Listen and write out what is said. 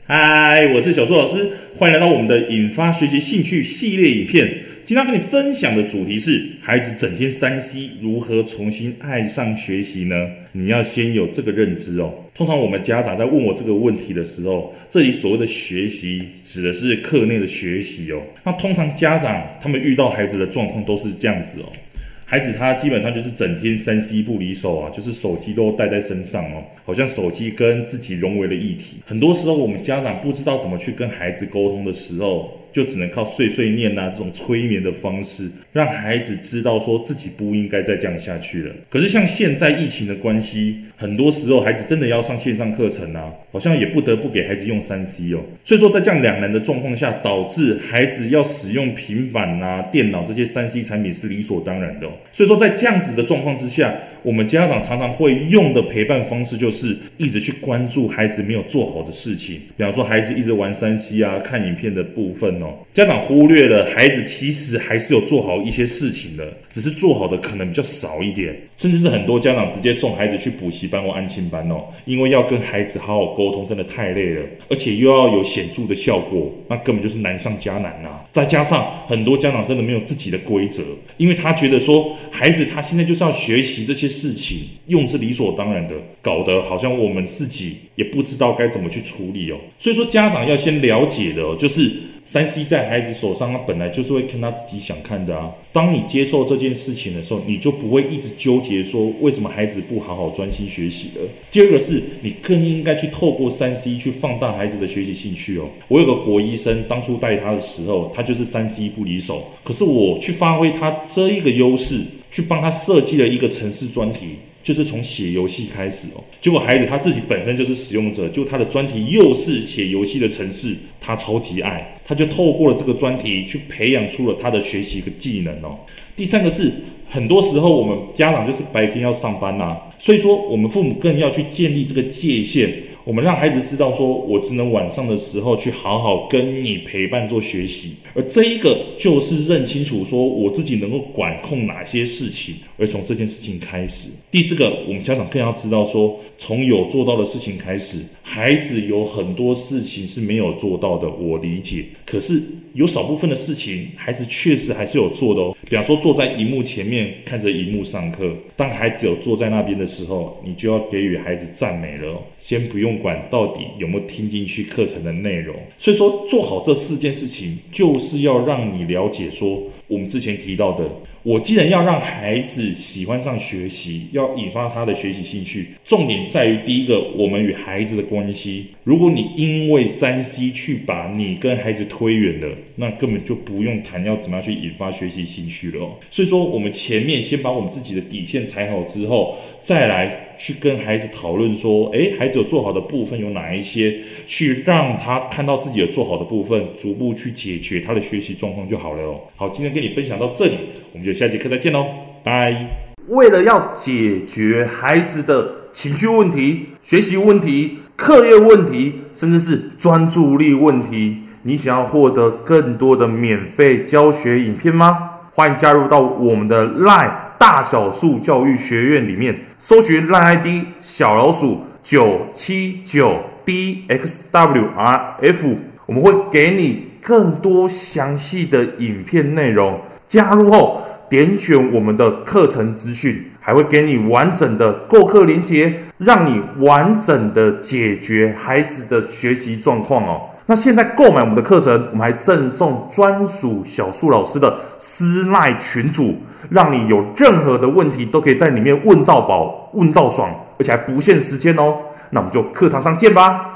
嗨，我是小苏老师，欢迎来到我们的引发学习兴趣系列影片。今天要跟你分享的主题是：孩子整天3C，如何重新爱上学习呢？你要先有这个认知哦。通常我们家长在问我这个问题的时候，这里所谓的学习指的是课内的学习哦。那通常家长他们遇到孩子的状况都是这样子哦。孩子他基本上就是整天3C 不离手啊，就是手机都带在身上哦，好像手机跟自己融为了一体。很多时候我们家长不知道怎么去跟孩子沟通的时候，就只能靠碎碎念啊这种催眠的方式，让孩子知道说自己不应该再这样下去了。可是像现在疫情的关系，很多时候孩子真的要上线上课程啊，好像也不得不给孩子用3C 哦。所以说在这样两难的状况下，导致孩子要使用平板啊、电脑这些3C 产品是理所当然的哦。所以说在这样子的状况之下，我们家长常常会用的陪伴方式就是一直去关注孩子没有做好的事情，比方说孩子一直玩3C 啊、看影片的部分哦，家长忽略了孩子其实还是有做好一些事情的，只是做好的可能比较少一点，甚至是很多家长直接送孩子去补习班或安亲班哦，因为要跟孩子好好沟通真的太累了，而且又要有显著的效果，那根本就是难上加难啊。再加上很多家长真的没有自己的规则，因为他觉得说孩子他现在就是要学习这些事情，用是理所当然的，搞得好像我们自己也不知道该怎么去处理哦。所以说家长要先了解的哦，就是3C 在孩子手上，他本来就是会看他自己想看的啊。当你接受这件事情的时候，你就不会一直纠结说为什么孩子不好好专心学习了。第二个是你更应该去透过3C 去放大孩子的学习兴趣哦。我有个国医生，当初带他的时候，他就是3C 不离手，可是我去发挥他这一个优势，去帮他设计了一个程式专题。就是从写游戏开始哦，结果孩子他自己本身就是使用者，就他的专题又是写游戏的程式，他超级爱，他就透过了这个专题去培养出了他的学习的技能哦。第三个是，很多时候我们家长就是白天要上班啊，所以说我们父母更要去建立这个界限。我们让孩子知道说，我只能晚上的时候去好好跟你陪伴做学习，而这一个就是认清楚说我自己能够管控哪些事情，而从这件事情开始。第四个，我们家长更要知道说，从有做到的事情开始，孩子有很多事情是没有做到的，我理解，可是有少部分的事情，孩子确实还是有做的哦。比方说坐在荧幕前面看着荧幕上课，当孩子有坐在那边的时候，你就要给予孩子赞美了哦。先不用管到底有没有听进去课程的内容，所以说做好这4件事情，就是要让你了解说，我们之前提到的，我既然要让孩子喜欢上学习，要引发他的学习兴趣，重点在于第一个，我们与孩子的关系。如果你因为3C 去把你跟孩子推远了，那根本就不用谈要怎么样去引发学习兴趣了哦。所以说我们前面先把我们自己的底线踩好之后，再来去跟孩子讨论说，孩子有做好的部分有哪一些，去让他看到自己有做好的部分，逐步去解决他的学习状况就好了哦。好，今天跟你分享到这里，我们就下节课再见喽，拜。 为了要解决孩子的情绪问题、学习问题、课业问题，甚至是专注力问题，你想要获得更多的免费教学影片吗？欢迎加入到我们的 LINE 大小树教育学院里面，搜寻 LINE ID 小老鼠979DXWRF， 我们会给你更多详细的影片内容。加入后点选我们的课程资讯，还会给你完整的购课连结，让你完整的解决孩子的学习状况哦。那现在购买我们的课程，我们还赠送专属小树老师的私赖群组，让你有任何的问题都可以在里面问到饱、问到爽，而且还不限时间哦。那我们就课堂上见吧。